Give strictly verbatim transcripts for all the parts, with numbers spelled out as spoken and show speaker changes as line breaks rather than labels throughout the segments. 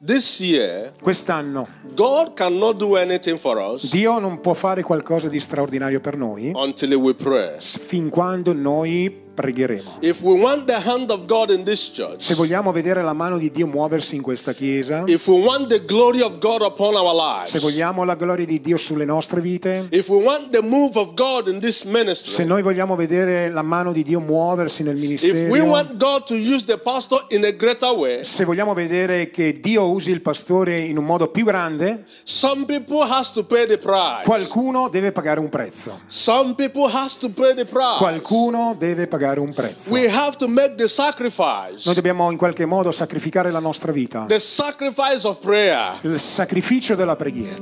This year,
quest'anno,
God cannot do anything for us
Dio non può fare qualcosa di straordinario per noi
until we pray.
fin quando noi pregheremo.
If we want the hand of God in this church,
Se vogliamo vedere la mano di Dio muoversi in questa chiesa,
if we want the glory of God upon our lives,
se vogliamo la gloria di Dio sulle nostre vite,
if we want the move of God in this
se
ministry,
noi vogliamo vedere la mano di Dio muoversi nel
if we
ministero,
want God to use the pastor in a greater way,
se vogliamo vedere che Dio usi il pastore in un modo più grande,
some people has to pay the price.
qualcuno deve pagare un prezzo.
Some people has to pay the price.
Qualcuno deve pagare un prezzo.
We have to make the sacrifice.
Noi dobbiamo in qualche modo sacrificare la nostra vita.
The sacrifice of prayer.
Il sacrificio della preghiera.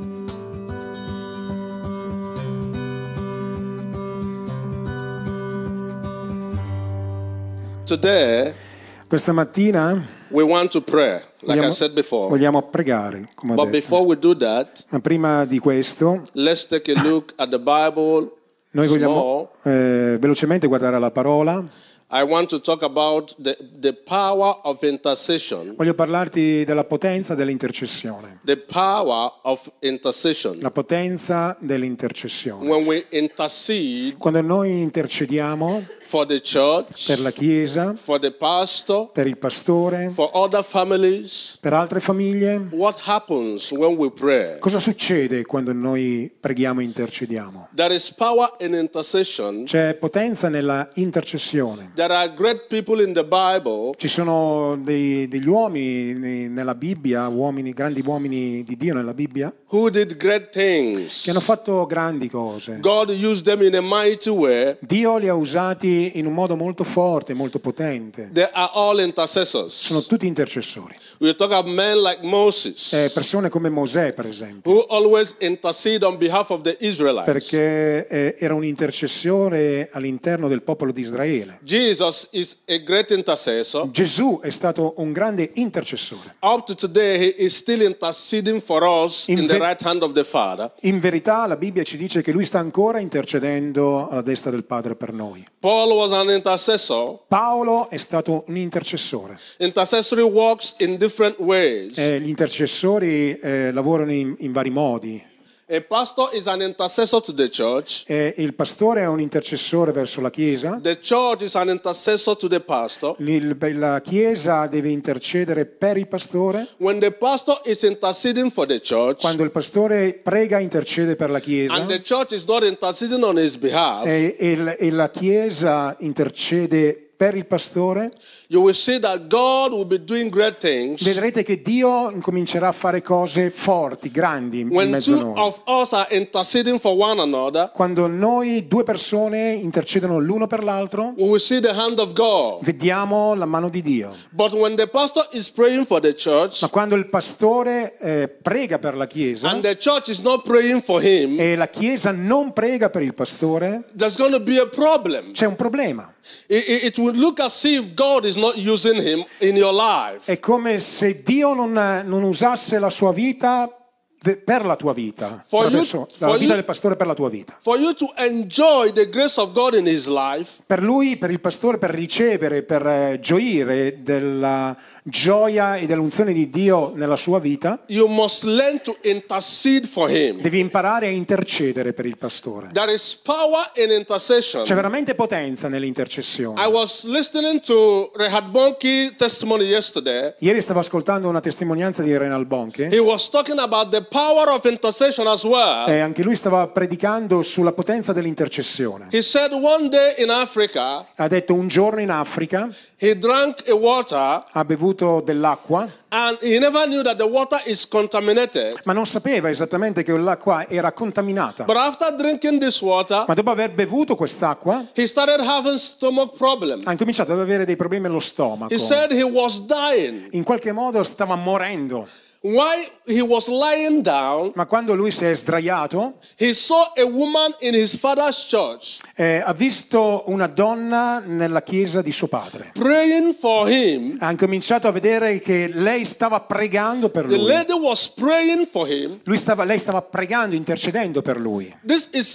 Today,
questa mattina
we want to pray, like
vogliamo,
I said before.
vogliamo pregare, come ho
But
detto.
before we do that,
Ma prima di questo,
let's take a look at the Bible.
noi vogliamo eh, velocemente guardare la parola.
I want to talk about the, the power of intercession.
Voglio parlarti della potenza dell'intercessione.
The power of intercession.
La potenza dell'intercessione.
When we intercede
Quando noi intercediamo
for the church,
per la Chiesa,
for the pastor,
per il pastore,
for other families,
per altre famiglie,
what happens when we pray?
cosa succede quando noi preghiamo e intercediamo?
There is power in intercession.
C'è potenza nella intercessione.
There are great people in the Bible
Ci sono dei, degli uomini nella Bibbia, uomini, grandi uomini di Dio nella Bibbia,
who did great things.
che hanno fatto grandi cose.
God used them in a mighty way.
Dio li ha usati in un modo molto forte, molto potente.
They are all intercessors.
Sono tutti intercessori.
We talk about men like Moses,
Eh, persone come Mosè, per esempio,
who always intercede on behalf of the Israelites.
perché eh, era un intercessore all'interno del popolo di Israele.
Jesus is a great intercessor.
Gesù è stato un grande intercessore.
Up to today, he is still interceding for us in,
In
the
ve-
right hand of the Father.
In verità la Bibbia ci dice che lui sta ancora intercedendo alla destra del Padre per noi.
Paul was an intercessor.
Paolo è stato un intercessore.
Intercessory works in different ways.
Eh, gli intercessori eh, lavorano in, in vari modi.
A pastor is an intercessor to the church.
Eh, il pastore è un intercessore verso la Chiesa.
The church is an intercessor to the pastor.
Il- la Chiesa deve intercedere per il pastore.
When the pastor is interceding for the church,
Quando il pastore prega e intercede per la Chiesa
and the church is not interceding on his behalf,
e, e la- e la Chiesa intercede per il pastore,
you will see that God will be doing great things.
vedrete che Dio incomincerà a fare cose forti, grandi in
When
mezzo a
two
noi.
of us are interceding for one another,
Quando noi due persone intercedono l'uno per l'altro,
we will see the hand of God.
vediamo la mano di Dio.
But when the pastor is praying for the church,
Ma quando il pastore eh, prega per la Chiesa
and the church is not praying for him,
e la Chiesa non prega per il pastore,
there's going to be a problem.
c'è un problema.
It, it, it will look as if God is not using him in your life.
È come se Dio non, non usasse la sua vita per la tua vita,
For you-
attraverso la
for
vita
you-
del pastore per la tua vita.
For you to enjoy the grace of God in his life,
Per lui, per il pastore, per ricevere, per eh, gioire della gioia e dell'unzione di Dio nella sua vita,
you must learn to intercede for him.
devi imparare a intercedere per il pastore.
There is power in intercession.
C'è veramente potenza nell'intercessione.
I was listening to Rehad Bonke's testimony yesterday.
Ieri stavo ascoltando una testimonianza di Renal Bonke
He was talking about the power of intercession as well.
e anche lui stava predicando sulla potenza dell'intercessione.
He said one day in Africa,
Ha detto un giorno in Africa
he drank a water
ha bevuto dell'acqua,
and he never knew that the water is contaminated.
ma non sapeva esattamente che l'acqua era contaminata.
But after drinking this water,
Ma dopo aver bevuto quest'acqua
he started having stomach problem.
ha incominciato ad avere dei problemi allo stomaco.
He said he was dying.
In qualche modo stava morendo.
While he was lying down,
Ma quando lui si è sdraiato,
he saw a woman in his father's church
eh, ha visto una donna nella chiesa di suo padre.
praying for him.
Ha incominciato a vedere che lei stava pregando per
The
lui.
lady was praying for him.
Lui stava, lei stava pregando, intercedendo per lui.
This is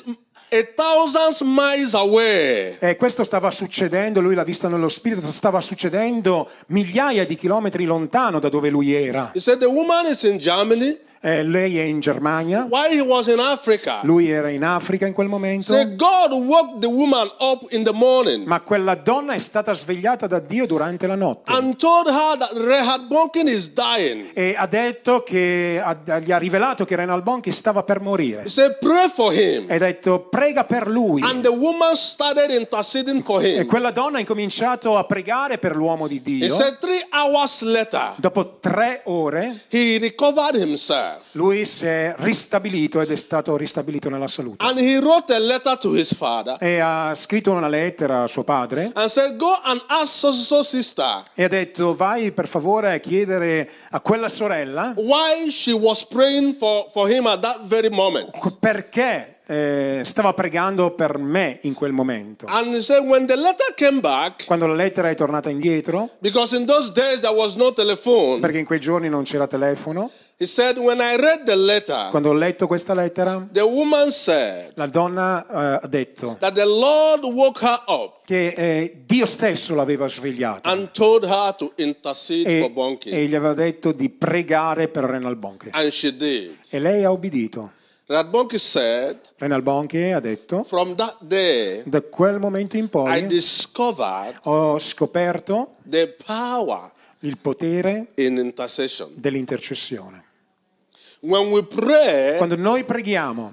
a thousand miles away.
E questo stava succedendo, lui l'ha visto nello spirito, stava succedendo migliaia di chilometri lontano da dove lui era.
He said the woman is in Germany
Eh, lei è in Germania,
while he was in Africa.
lui era in Africa in quel momento,
Say God woke the woman up in the morning
ma quella donna è stata svegliata da Dio durante la notte
and told her that Reinhard Bonnke is dying.
e ha detto che ha- gli ha rivelato che Reinhard Bonnke stava per morire.
He said pray for him.
E ha detto prega per lui.
And the woman started interceding for
E
him.
quella donna ha incominciato a pregare per l'uomo di
He
Dio.
said three hours later,
Dopo tre ore
he recovered himself.
lui si è ristabilito ed è stato ristabilito nella salute.
And he wrote a letter to his father
E ha scritto una lettera a suo padre
and said, go and ask so-so sister
e ha detto vai per favore a chiedere a quella sorella
why she was praying for, for him at that very moment.
perché eh, stava pregando per me in quel momento.
And he said, when the letter came back,
Quando la lettera è tornata indietro,
because in those days there was no telephone,
perché in quei giorni non c'era telefono,
he said, when I read the letter,
quando ho letto questa lettera,
the woman said
la donna eh, ha detto
that the Lord woke her up
che eh, Dio stesso l'aveva svegliata
and told her to intercede for
e,
Bonnke.
e gli aveva detto di pregare per Reinhard Bonnke.
And she did.
E lei ha obbedito.
Reinhard Bonnke said,
Reinhard Bonnke ha detto,
from that day,
da quel momento in
I
poi
discovered
ho scoperto
the power
il potere
in intercession.
dell'intercessione.
When we pray,
Quando noi preghiamo,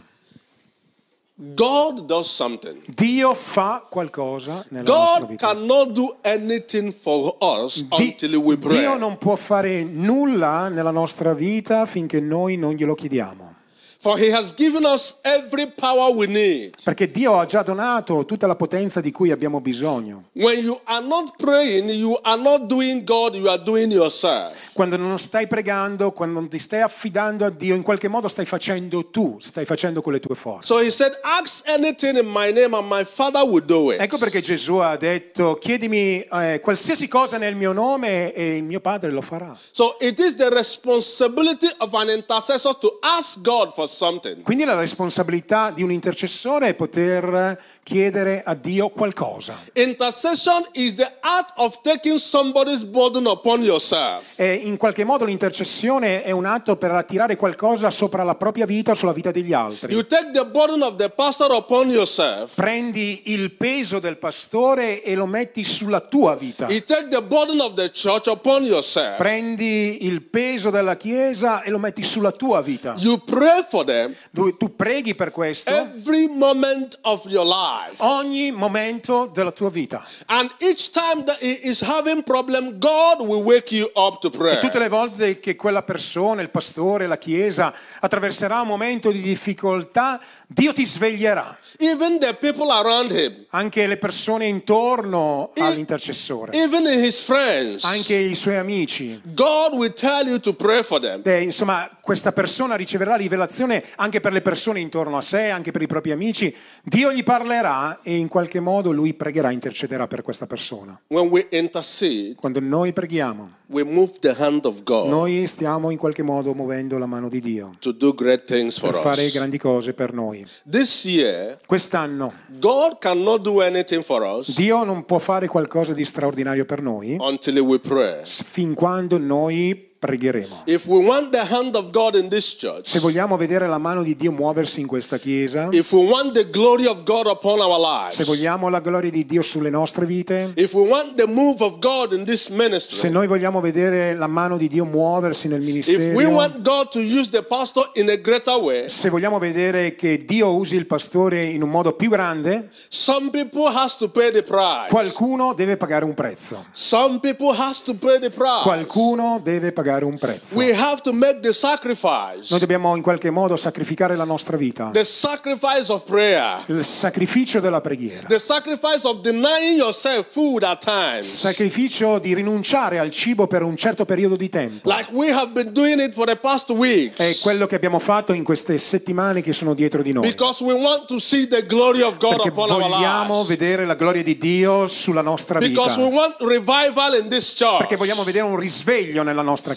God does something.
Dio fa qualcosa nella nostra
God
vita.
cannot do anything for us
Di-
until we pray.
Dio non può fare nulla nella nostra vita finché noi non glielo chiediamo.
For he has given us every power we need.
Perché Dio ha già donato tutta la potenza di cui abbiamo bisogno.
When you are not praying, you are not doing God, you are doing yourself.
Quando non stai pregando, quando non ti stai affidando a Dio, in qualche modo stai facendo tu, stai facendo con le tue forze.
So he said, ask anything in my name and my Father will do it.
Ecco perché Gesù ha detto, chiedimi eh, qualsiasi cosa nel mio nome e il mio Padre lo farà.
So it is the responsibility of an intercessor to ask God for something.
Quindi la responsabilità di un intercessore è poter chiedere a Dio qualcosa.
Intercession is the art of taking somebody's burden upon yourself.
E in qualche modo l'intercessione è un atto per attirare qualcosa sopra la propria vita o sulla vita degli altri.
You take the burden of the pastor upon yourself.
Prendi il peso del pastore e lo metti sulla tua vita.
You take the burden of the church upon yourself.
Prendi il peso della Chiesa e lo metti sulla tua vita.
You pray for them
Tu, tu preghi per questo
every moment of your life.
ogni momento della tua vita.
And each time that he is having problem, God will wake you up to pray.
E tutte le volte che quella persona, il pastore, la Chiesa attraverserà un momento di difficoltà, Dio ti sveglierà.
Even the people around him,
Anche le persone intorno all'intercessore,
even his friends,
anche i suoi amici.
God will tell you to pray for them.
Eh, insomma, questa persona riceverà rivelazione anche per le persone intorno a sé, anche per i propri amici. Dio gli parlerà e in qualche modo lui pregherà, intercederà per questa persona.
When we intercede,
Quando noi preghiamo,
we move the hand of God
noi stiamo in qualche modo muovendo la mano di Dio
to do great things for
per fare
us.
grandi cose per noi.
This year,
Quest'anno
God cannot do anything for us
Dio non può fare qualcosa di straordinario per noi
until we pray.
fin quando noi pregheremo.
If we want the hand of God in this
Se
church,
vogliamo vedere la mano di Dio muoversi in questa chiesa,
if we want the glory of God upon our
se
lives,
vogliamo la gloria di Dio sulle nostre vite,
if we want the move of God in this
se
ministry,
noi vogliamo vedere la mano di Dio muoversi nel
if we
ministero,
want God to use the pastor in a greater way,
se vogliamo vedere che Dio usi il pastore in un modo più grande,
some people has to pay the price.
qualcuno deve pagare un prezzo.
Some people has to pay the price.
Qualcuno deve pagare un prezzo.
We have to make the
Noi
sacrifice.
dobbiamo in qualche modo sacrificare la nostra vita.
The sacrifice of prayer.
Il sacrificio della preghiera.
The sacrifice of denying yourself food at times.
Sacrificio di rinunciare al cibo per un certo periodo di tempo.
Like we have been doing it for the past weeks.
È quello che abbiamo fatto in queste settimane che sono dietro di noi.
Because we want to see the glory of God
Perché
upon our
vogliamo
lives.
vedere la gloria di Dio sulla nostra vita.
Because we want revival in this church.
Perché vogliamo vedere un risveglio nella nostra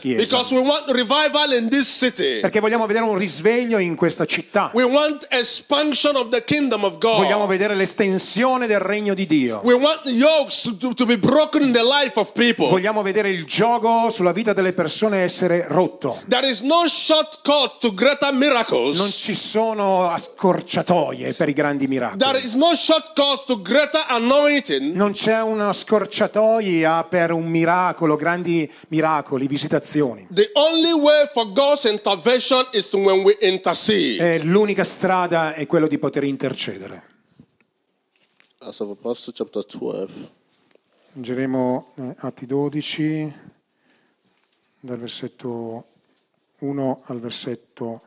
Chiesa.
Because we want revival in this city.
Perché vogliamo vedere un risveglio in questa città.
We want expansion of the kingdom of God.
Vogliamo vedere l'estensione del regno di Dio.
We want yokes to, to be broken in the life of people.
Vogliamo vedere il giogo sulla vita delle persone essere rotto.
There is no shortcut to greater miracles.
Non ci sono scorciatoie per i grandi miracoli.
There is no shortcut to greater anointing.
Non c'è una scorciatoia per un miracolo, grandi miracoli, visitazioni.
The only way for God's intervention is when we intercede.
E l'unica strada è quello di poter intercedere.
Acts of Apostles chapter twelve.
Leggeremo eh, Atti dodici, dal versetto uno al versetto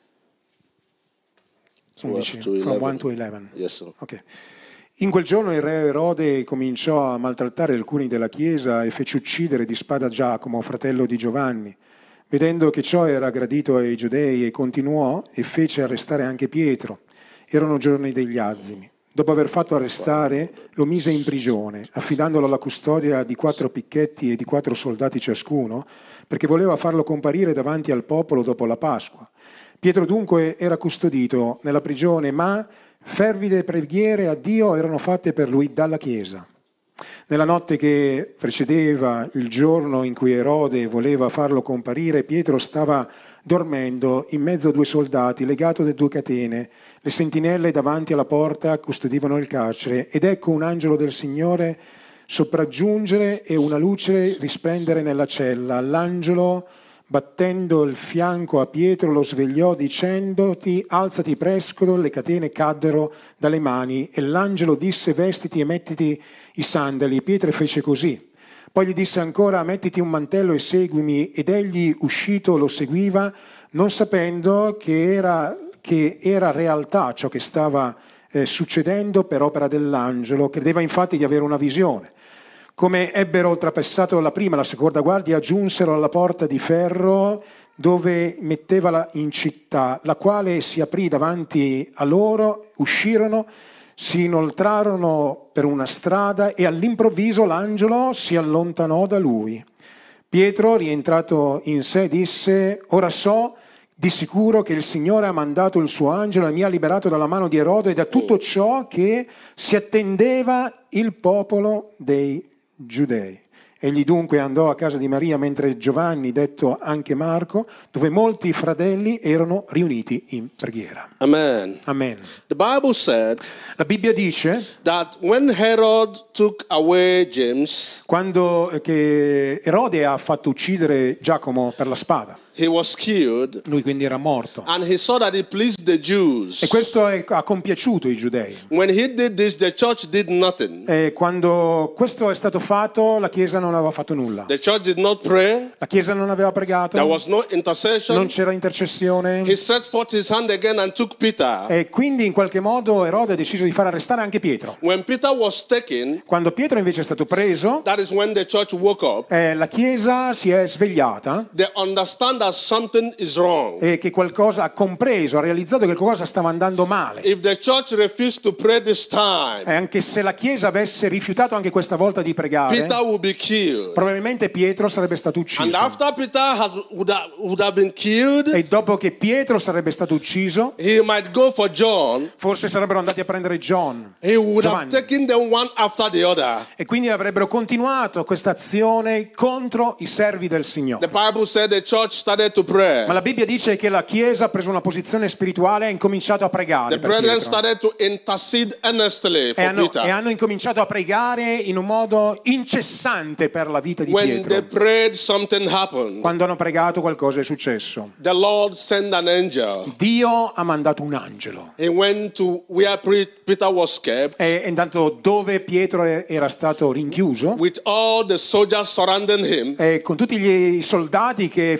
undici, from one to eleven.
Yes, sir.
Okay. In quel giorno il re Erode cominciò a maltrattare alcuni della chiesa e fece uccidere di spada Giacomo, fratello di Giovanni. Vedendo che ciò era gradito ai giudei, e continuò e fece arrestare anche Pietro. Erano giorni degli azimi. Dopo aver fatto arrestare, lo mise in prigione, affidandolo alla custodia di quattro picchetti e di quattro soldati ciascuno, perché voleva farlo comparire davanti al popolo dopo la Pasqua. Pietro dunque era custodito nella prigione, ma fervide preghiere a Dio erano fatte per lui dalla Chiesa. Nella notte che precedeva il giorno in cui Erode voleva farlo comparire, Pietro stava dormendo in mezzo a due soldati, legato da due catene. Le sentinelle davanti alla porta custodivano il carcere, ed ecco un angelo del Signore sopraggiungere e una luce risplendere nella cella. L'angelo, battendo il fianco a Pietro, lo svegliò dicendoti: alzati presto. Le catene caddero dalle mani e l'angelo disse: vestiti e mettiti i sandali. Pietro fece così. Poi gli disse ancora: mettiti un mantello e seguimi. Ed egli, uscito, lo seguiva, non sapendo che era, che era realtà ciò che stava eh, succedendo per opera dell'angelo. Credeva infatti di avere una visione. Come ebbero oltrepassato la prima e la seconda guardia, giunsero alla porta di ferro dove metteva in città, la quale si aprì davanti a loro, uscirono, si inoltrarono per una strada e all'improvviso l'angelo si allontanò da lui. Pietro, rientrato in sé, disse: ora so di sicuro che il Signore ha mandato il suo angelo e mi ha liberato dalla mano di Erode e da tutto ciò che si attendeva il popolo dei Giudei. Egli dunque andò a casa di Maria, mentre Giovanni, detto anche Marco, dove molti fratelli erano riuniti in preghiera.
Amen.
Amen.
The Bible said
La Bibbia dice
that when Herod took away James,
quando che Erode ha fatto uccidere Giacomo per la spada,
he was killed,
lui quindi era morto,
and he saw that it pleased the Jews.
e questo è, ha compiaciuto i giudei.
When he did this, the church did nothing.
E quando questo è stato fatto, la Chiesa non aveva fatto nulla.
The church did not pray.
La Chiesa non aveva pregato,
There was no
non
intercession.
c'era intercessione.
He stretched forth his hand again and took Peter.
E quindi in qualche modo Erode ha deciso di far arrestare anche Pietro.
When Peter was taken,
Quando Pietro invece è stato preso,
that is when the church woke up.
eh, la Chiesa si è svegliata
They understand that something is wrong.
e che qualcosa ha compreso, ha realizzato che qualcosa stava andando male.
If the church refused to pray this time,
E anche se la Chiesa avesse rifiutato anche questa volta di pregare,
Peter would be killed.
probabilmente Pietro sarebbe stato
And
ucciso.
after Peter has, would, have, would have been killed,
E dopo che Pietro sarebbe stato ucciso,
he might go for John.
forse sarebbero andati a prendere John.
He would
Giovanni.
have taken them one after the other.
E quindi avrebbero continuato questa azione contro i servi del Signore.
The Bible said the church started to pray.
Ma la Bibbia dice che la Chiesa ha preso una posizione spirituale e ha incominciato a pregare
The
per
brethren
Pietro.
started to intercede earnestly
E
for
hanno,
Peter.
e hanno incominciato a pregare in un modo incessante per la vita di
When they
Pietro.
prayed, something happened.
Quando hanno pregato, qualcosa è successo.
The Lord sent an angel.
Dio ha mandato un angelo.
He went to where Pre- Peter was kept
E intanto dove Pietro era stato rinchiuso,
with all the soldiers surrounding him.
e con tutti gli soldati che facevano da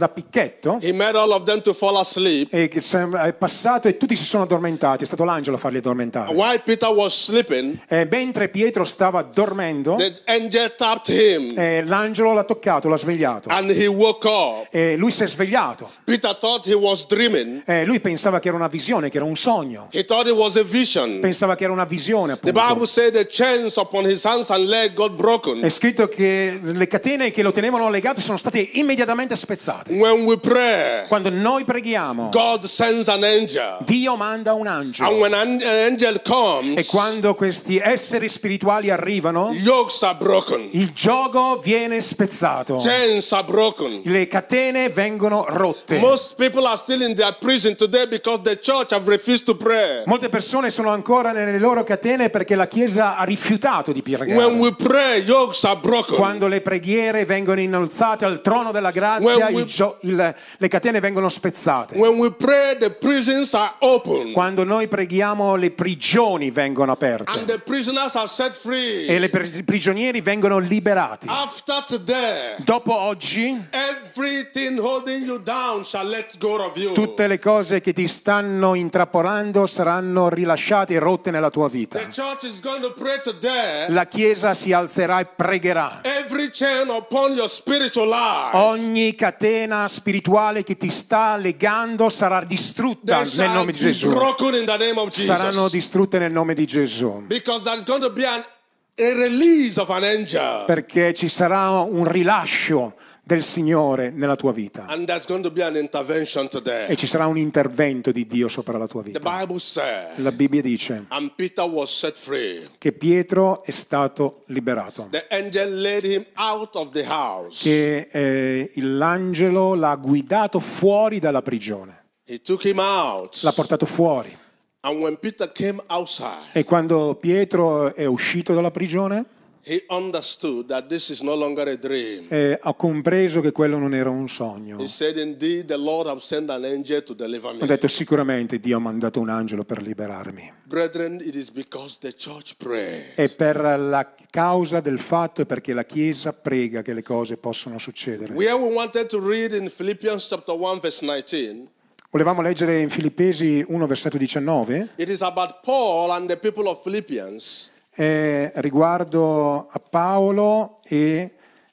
da picchetto
he made all of them to fall asleep.
e che sem- è passato e tutti si sono addormentati, è stato l'angelo a farli addormentare.
While Peter was sleeping,
E mentre Pietro stava dormendo,
the angel tapped him
eh, l'angelo l'ha toccato, l'ha svegliato.
and he woke up.
E lui si è svegliato.
Peter thought he was dreaming.
Eh, lui pensava che era una visione, che era un sogno.
He thought it was a vision.
Pensava che era una visione,
The Bible
appunto.
said the chains upon his hands and leg got broken.
È scritto che le catene che lo tenevano legato sono state immediatamente spezzate.
When we pray,
Quando noi preghiamo,
God sends an angel.
Dio manda un
And
angelo.
when an angel comes,
E quando questi esseri spirituali arrivano,
yokes are broken.
il giogo viene spezzato.
Chains are broken.
Le catene vengono rotte.
Most people are still in their prison today because the church have refused to pray.
Molte persone sono ancora nelle loro catene perché la Chiesa ha rifiutato di
When
pregare.
we pray, yokes are broken.
Quando le preghiere vengono innalzate al trono della grazia,
When we-
il gio- il- le catene vengono spezzate.
When we pray, the prisons are open.
Quando noi preghiamo, le prigioni vengono aperte
And the prisoners are set free.
e le pri- i prigionieri vengono liberati.
After today,
Dopo oggi,
everything holding you down shall let go of you.
tutte le cose che ti stanno intrappolando saranno rilasciate e rotte nella tua vita.
The church is going to pray today.
La Chiesa si alzerà e pregherà.
Every chain upon your spiritual life,
Ogni catena spirituale che ti sta legando sarà distrutta
they
nel
shall
nome di
be
Gesù.
broken in the name of
Saranno
Jesus.
distrutte nel nome di Gesù.
Because there is going to be an, a release of an angel.
Perché ci sarà un rilascio del Signore nella tua vita.
And there's going to be an intervention today.
E ci sarà un intervento di Dio sopra la tua
The
vita.
Bible said,
La Bibbia dice
and Peter was set free.
che Pietro è stato liberato,
The angel led him out of the house.
che eh, l'angelo l'ha guidato fuori dalla prigione,
He took him out.
l'ha portato fuori.
And when Peter came outside,
E quando Pietro è uscito dalla prigione,
he understood that this is no longer a dream.
eh, ha compreso che quello non era un sogno.
He said, indeed, the Lord have sent an angel to deliver
Ha
me.
detto sicuramente Dio ha mandato un angelo per liberarmi.
Brethren, it is because the church prays.
È per la causa del fatto e perché la Chiesa prega che le cose possono succedere.
Where we wanted to read in Philippians chapter one, verse nineteen,
Volevamo leggere in Filippesi uno, versetto diciannove,
it is about Paul and the people of Philippians.
eh, riguardo a Paolo e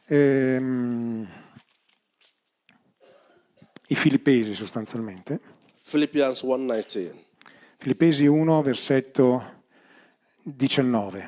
ehm, i Filippesi sostanzialmente.
Philippians one nineteen.
Filippesi uno, versetto diciannove.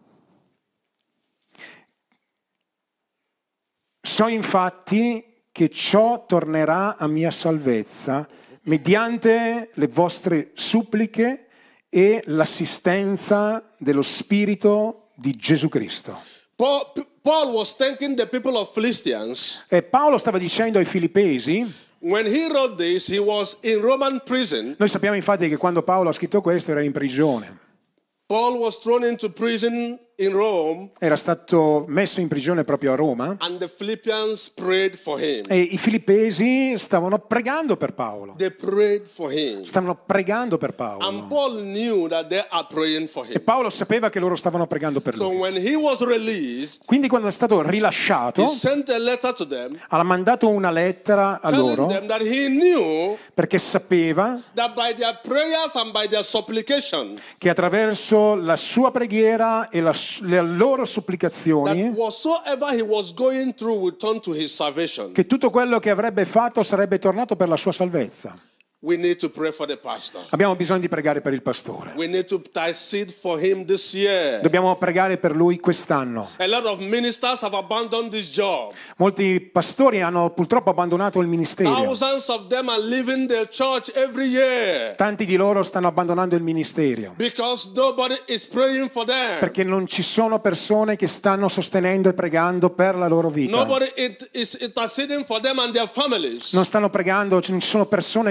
So infatti che ciò tornerà a mia salvezza mediante le vostre suppliche e l'assistenza dello Spirito di Gesù Cristo.
Paul, Paul was thanking the people of Philistines.
E Paolo stava dicendo ai Filippesi,
When he wrote this, he was in Roman prison.
noi sappiamo infatti che quando Paolo ha scritto questo era in prigione,
Paul was thrown into prison in Rome,
era stato messo in prigione proprio a Roma
and the Philippians prayed for him.
e i Filippesi stavano pregando per Paolo,
They prayed for him.
stavano pregando per
And
Paolo
Paul knew that they are praying for
e
him.
Paolo sapeva che loro stavano pregando per
So
lui.
when he was released,
Quindi quando è stato rilasciato
he sent a letter to them
ha mandato una lettera a
telling
loro
them that he knew
perché sapeva
that by their prayers and by their supplication,
che attraverso la sua preghiera e la, le loro
that
supplicazioni
whatsoever he was going through would turn to his salvation.
che tutto quello che avrebbe fatto sarebbe tornato per la sua salvezza.
We need to pray for the pastor.
Abbiamo bisogno di pregare per il pastore.
We need to intercede for him this year.
Dobbiamo pregare per lui quest'anno.
A lot of ministers have abandoned this job.
Molti pastori hanno purtroppo abbandonato il ministero.
Thousands of them are leaving their church every year
Tanti di loro stanno abbandonando il ministero
because nobody is praying for them.
perché non ci sono persone che stanno sostenendo e pregando per la loro vita.
Nobody it- is interceding for them and their families.
Non stanno pregando, non ci sono persone che pregano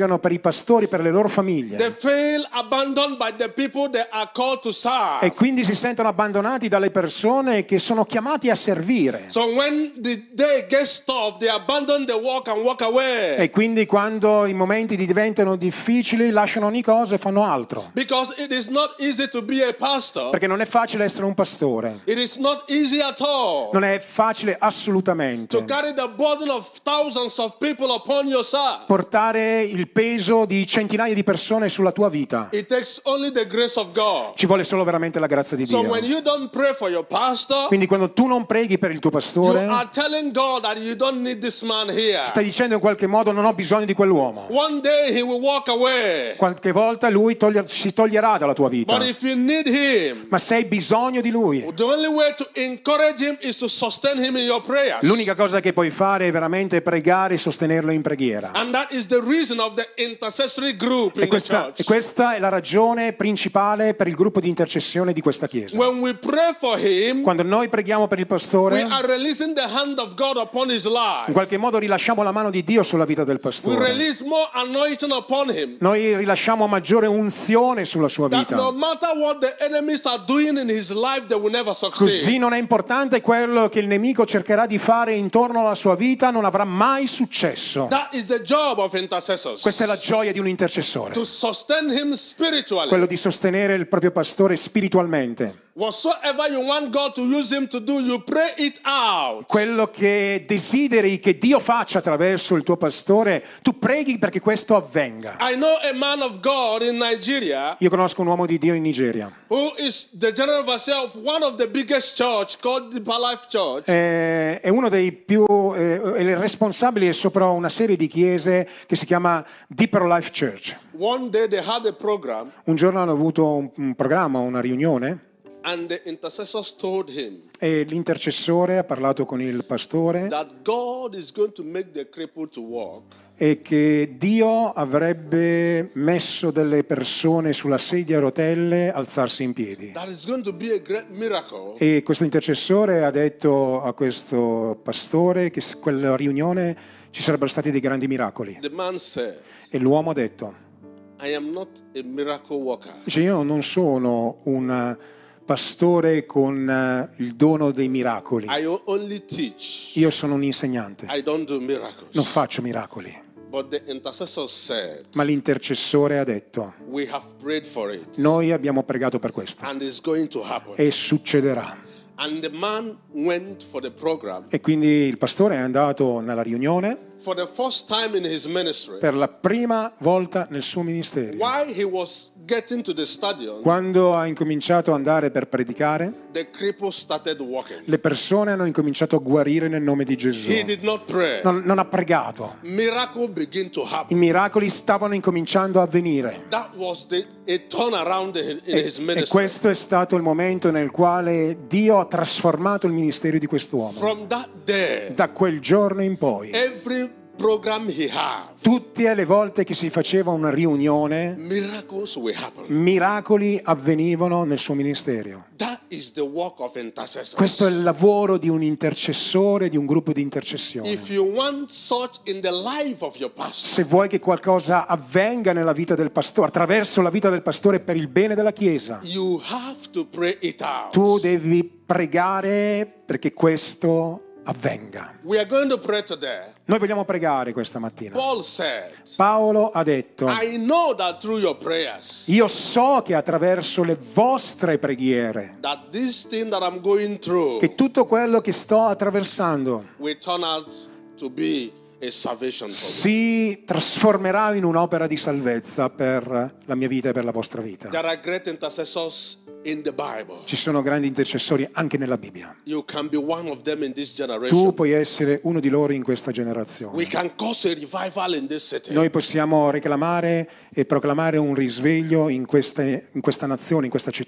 intercedono per i pastori, per le loro
They
famiglie,
feel abandoned by the people they are called to serve.
e quindi si sentono abbandonati dalle persone che sono chiamati a servire.
So when the day gets tough, they abandon the work and walk away.
E quindi quando i momenti diventano difficili lasciano ogni cosa e fanno altro.
Because it is not easy to be a pastor.
Perché non è facile essere un pastore.
It is not easy at all.
Non è facile assolutamente.
To carry the burden of thousands of people upon yourself.
Portare il peso di centinaia di persone sulla tua vita.
It takes only the grace of God.
Ci vuole solo veramente la grazia di
So
Dio.
when you don't pray for your pastor,
Quindi quando tu non preghi per il tuo
you
pastore,
are telling God that you don't need this man here.
stai dicendo in qualche modo non ho bisogno di quell'uomo.
One day he will walk away.
Qualche volta lui toglie- si toglierà dalla tua vita.
But if you need him,
Ma se hai bisogno di lui,
the only way to encourage him is to sustain him in your prayers.
l'unica cosa che puoi fare è veramente pregare e sostenerlo in preghiera.
And that is the reason of the intercessory group in
E
the
questa,
church.
e questa è la ragione principale per il gruppo di intercessione di questa chiesa.
When we pray for him,
Quando noi preghiamo per il
we
pastore,
are releasing the hand of God upon his
in
life.
qualche modo rilasciamo la mano di Dio sulla vita del
We
pastore.
release more anointing upon him.
Noi rilasciamo maggiore unzione sulla sua
That no
vita.
matter what the enemies are doing in his life, they will never
Così
succeed.
non è importante quello che il nemico cercherà di fare intorno alla sua vita, non avrà mai successo.
That is the job of intercessors.
Questa è la gioia di un intercessore,
To sustain him spiritually.
quello di sostenere il proprio pastore spiritualmente.
Whatsoever you want God to use him to do, you pray it out.
Quello che desideri che Dio faccia attraverso il tuo pastore, tu preghi perché questo avvenga.
I know a man of God in Nigeria
Io conosco un uomo di Dio in Nigeria.
who is the general overseer of one of the biggest church called Deeper Life Church.
Eh, è uno dei più eh, è il responsabile sopra una serie di chiese che si chiama Deeper Life Church.
One day they had a program
Un giorno hanno avuto un, un programma, una riunione,
and the intercessors told him
e l'intercessore ha parlato con il pastore
that God is going to make the crippled to walk.
e che Dio avrebbe messo delle persone sulla sedia a rotelle alzarsi in piedi.
That is going to be a great miracle.
E questo intercessore ha detto a questo pastore che in quella riunione ci sarebbero stati dei grandi miracoli.
The man said,
E l'uomo ha detto,
I am not a miracle worker.
dice, io non sono un pastore con eh, il dono dei miracoli,
I only teach.
io sono un insegnante,
I don't do miracles.
non faccio miracoli.
But the intercessor said,
Ma l'intercessore ha detto,
we have prayed for it
noi abbiamo pregato per questo
and it's going to happen.
e succederà.
And the man went for the program.
E quindi il pastore è andato nella riunione
For the first time in his ministry,
per la prima volta nel suo ministero.
while he was getting to the stadium,
Quando ha incominciato ad andare per predicare,
the cripple started walking.
le persone hanno incominciato a guarire nel nome di Gesù.
He did not pray.
Non, non ha pregato.
Miracle began to
I
happen.
miracoli stavano incominciando a avvenire.
That was the, a turnaround in in
E,
his
e
ministry.
questo è stato il momento nel quale Dio ha trasformato il ministero di quest'uomo.
From that day,
Da quel giorno in poi,
every program he had,
tutte le volte che si faceva una riunione,
miracles will happen.
miracoli avvenivano nel suo ministero.
That is the work of intercessors.
Questo è il lavoro di un intercessore, di un gruppo di intercessione.
If you want such in the life of your pastor,
Se vuoi che qualcosa avvenga nella vita del pastore, attraverso la vita del pastore per il bene della Chiesa,
you have to pray it out.
tu devi pregare perché questo avvenga.
We are going to pray today.
Noi vogliamo pregare questa mattina.
Paul said,
Paolo ha detto,
I know that through your prayers,
io so che attraverso le vostre preghiere,
that this thing that I'm going through
che tutto quello che sto attraversando
will turn out to be a salvation for me.
si trasformerà in un'opera di salvezza per la mia vita e per la vostra vita.
There are great intercessors in the Bible.
Ci sono grandi intercessori anche nella Bibbia.
You can be one of them in this
Tu
generation.
puoi essere uno di loro in questa
We
generazione.
can cause a revival in this city.
Noi possiamo reclamare e proclamare un risveglio in queste- in questa nazione, in questa città.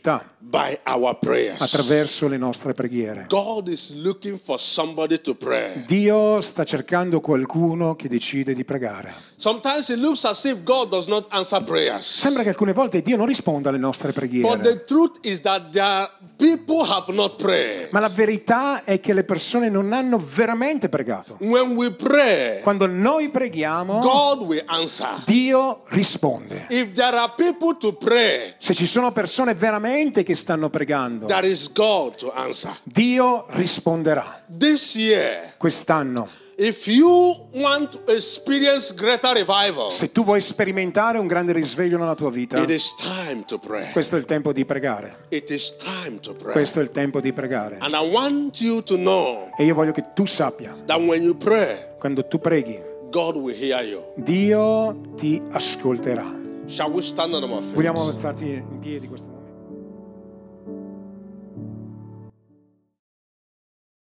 by our prayers.
attraverso le nostre preghiere.
God is looking for somebody to pray.
Dio sta cercando qualcuno che decide di pregare.
Sometimes it looks as if God does not answer prayers.
Sembra che alcune volte Dio non risponda alle nostre
But
preghiere.
the truth is that there people have not prayed.
Ma la verità è che le persone non hanno veramente pregato.
When we pray,
Quando noi preghiamo,
God will answer.
Dio risponde.
If there are people to pray,
Se ci sono persone veramente che stanno pregando,
there is God to answer.
Dio risponderà.
This year,
Quest'anno,
if you want to experience greater revival,
se tu vuoi sperimentare un grande risveglio nella tua vita,
it is time to pray.
questo è il tempo di pregare.
It is time to pray.
Questo è il tempo di pregare.
And I want you to know
E io voglio che tu sappia,
that when you pray,
quando tu preghi,
God will hear you.
Dio ti ascolterà.
Shall we stand on our feet?
Vogliamo alzarti in piedi questo momento?